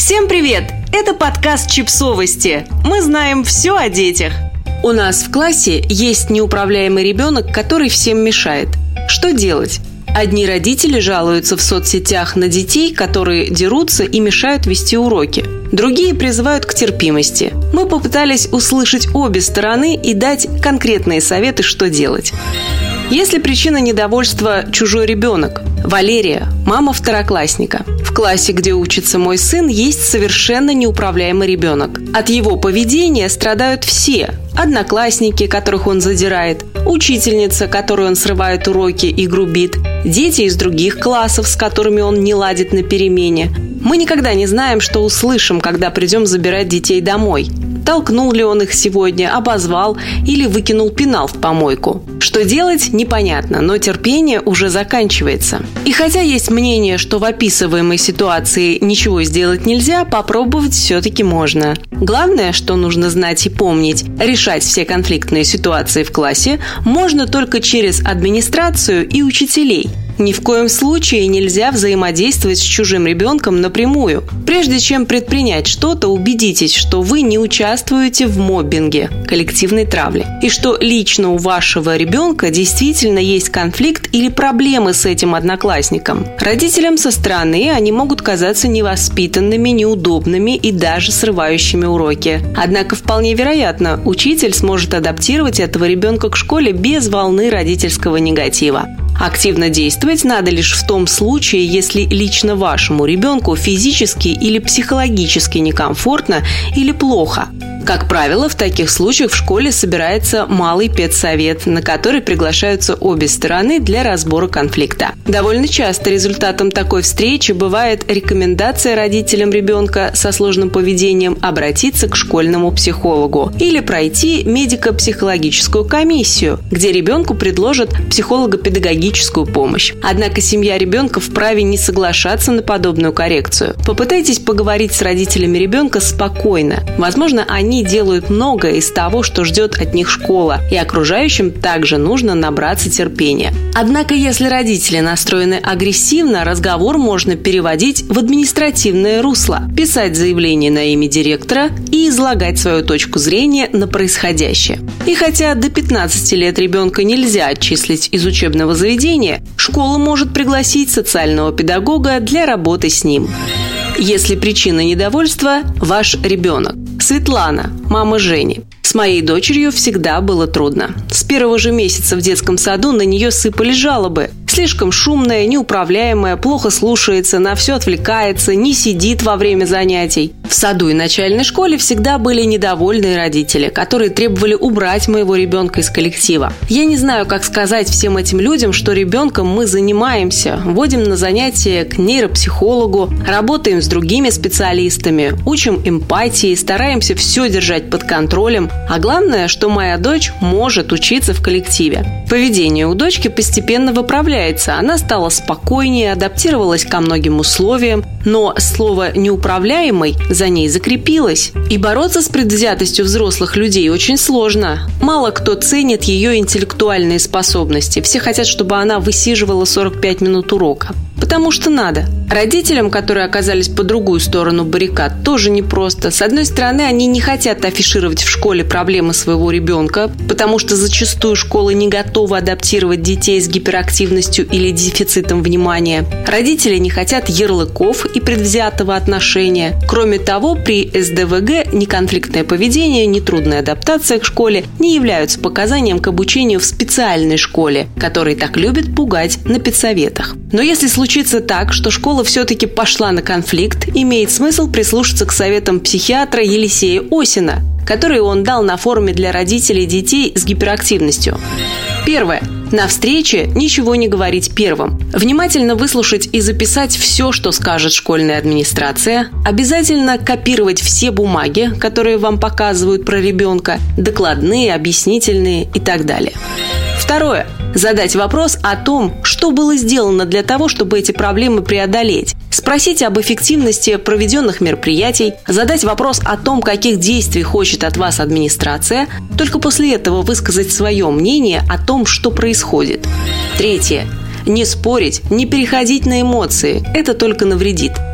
Всем привет! Это подкаст «Чипсовости». Мы знаем все о детях. У нас в классе есть неуправляемый ребенок, который всем мешает. Что делать? Одни родители жалуются в соцсетях на детей, которые дерутся и мешают вести уроки. Другие призывают к терпимости. Мы попытались услышать обе стороны и дать конкретные советы, что делать. Если причина недовольства чужой ребенок? Валерия, мама второклассника. В классе, где учится мой сын, есть совершенно неуправляемый ребенок. От его поведения страдают все. Одноклассники, которых он задирает, учительница, которой он срывает уроки и грубит, дети из других классов, с которыми он не ладит на перемене. Мы никогда не знаем, что услышим, когда придем забирать детей домой. Толкнул ли он их сегодня, обозвал или выкинул пенал в помойку. Что делать, непонятно, но терпение уже заканчивается. И хотя есть мнение, что в описываемой ситуации ничего сделать нельзя, попробовать все-таки можно. Главное, что нужно знать и помнить, решать все конфликтные ситуации в классе можно только через администрацию и учителей. Ни в коем случае нельзя взаимодействовать с чужим ребенком напрямую. Прежде чем предпринять что-то, убедитесь, что вы не участвуете в моббинге, коллективной травле, и что лично у вашего ребенка действительно есть конфликт или проблемы с этим одноклассником. Родителям со стороны они могут казаться невоспитанными, неудобными и даже срывающими уроки. Однако вполне вероятно, учитель сможет адаптировать этого ребенка к школе без волны родительского негатива. Активно действовать надо лишь в том случае, если лично вашему ребенку физически или психологически некомфортно или плохо. Как правило, в таких случаях в школе собирается малый педсовет, на который приглашаются обе стороны для разбора конфликта. Довольно часто результатом такой встречи бывает рекомендация родителям ребенка со сложным поведением обратиться к школьному психологу или пройти медико-психологическую комиссию, где ребенку предложат психолого-педагогическую помощь. Однако семья ребенка вправе не соглашаться на подобную коррекцию. Попытайтесь поговорить с родителями ребенка спокойно. Возможно, они делают многое из того, что ждет от них школа, и окружающим также нужно набраться терпения. Однако, если родители настроены агрессивно, разговор можно переводить в административное русло, писать заявление на имя директора и излагать свою точку зрения на происходящее. И хотя до 15 лет ребенка нельзя отчислить из учебного заведения, школа может пригласить социального педагога для работы с ним. Если причина недовольства – ваш ребенок. Светлана, мама Жени. С моей дочерью всегда было трудно. С первого же месяца в детском саду на нее сыпали жалобы. Слишком шумная, неуправляемая, плохо слушается, на все отвлекается, не сидит во время занятий. В саду и начальной школе всегда были недовольные родители, которые требовали убрать моего ребенка из коллектива. Я не знаю, как сказать всем этим людям, что ребенком мы занимаемся, водим на занятия к нейропсихологу, работаем с другими специалистами, учим эмпатии, стараемся все держать под контролем. А главное, что моя дочь может учиться в коллективе. Поведение у дочки постепенно выправляется. Она стала спокойнее, адаптировалась ко многим условиям, но слово «неуправляемый» за ней закрепилось. И бороться с предвзятостью взрослых людей очень сложно. Мало кто ценит ее интеллектуальные способности. Все хотят, чтобы она высиживала 45 минут урока. Потому что надо. Родителям, которые оказались по другую сторону баррикад, тоже непросто. С одной стороны, они не хотят афишировать в школе проблемы своего ребенка, потому что зачастую школы не готовы адаптировать детей с гиперактивностью или дефицитом внимания. Родители не хотят ярлыков и предвзятого отношения. Кроме того, при СДВГ неконфликтное поведение, нетрудная адаптация к школе не являются показанием к обучению в специальной школе, которые так любят пугать на педсоветах. Но если случится так, что школа все-таки пошла на конфликт, имеет смысл прислушаться к советам психиатра Елисея Осина, которые он дал на форуме для родителей детей с гиперактивностью. Первое. На встрече ничего не говорить первым. Внимательно выслушать и записать все, что скажет школьная администрация. Обязательно копировать все бумаги, которые вам показывают про ребенка, докладные, объяснительные и так далее. Второе. Задать вопрос о том, что было сделано для того, чтобы эти проблемы преодолеть. Спросить об эффективности проведенных мероприятий, задать вопрос о том, каких действий хочет от вас администрация, только после этого высказать свое мнение о том, что происходит. Третье. Не спорить, не переходить на эмоции. Это только навредит.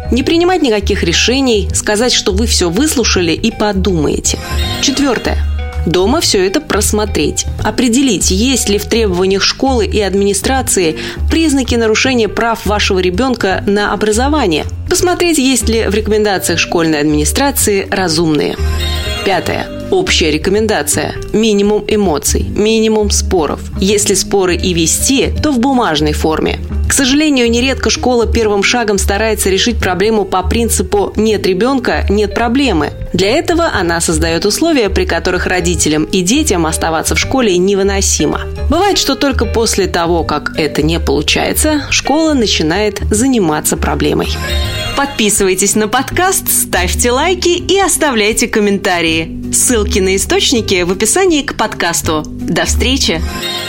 Не принимать никаких решений, сказать, что вы все выслушали и подумаете. 4. Дома все это просмотреть. Определить, есть ли в требованиях школы и администрации признаки нарушения прав вашего ребенка на образование. Посмотреть, есть ли в рекомендациях школьной администрации разумные. 5. Общая рекомендация. Минимум эмоций, минимум споров. Если споры и вести, то в бумажной форме. К сожалению, нередко школа первым шагом старается решить проблему по принципу «нет ребенка – нет проблемы». Для этого она создает условия, при которых родителям и детям оставаться в школе невыносимо. Бывает, что только после того, как это не получается, школа начинает заниматься проблемой. Подписывайтесь на подкаст, ставьте лайки и оставляйте комментарии. Ссылки на источники в описании к подкасту. До встречи!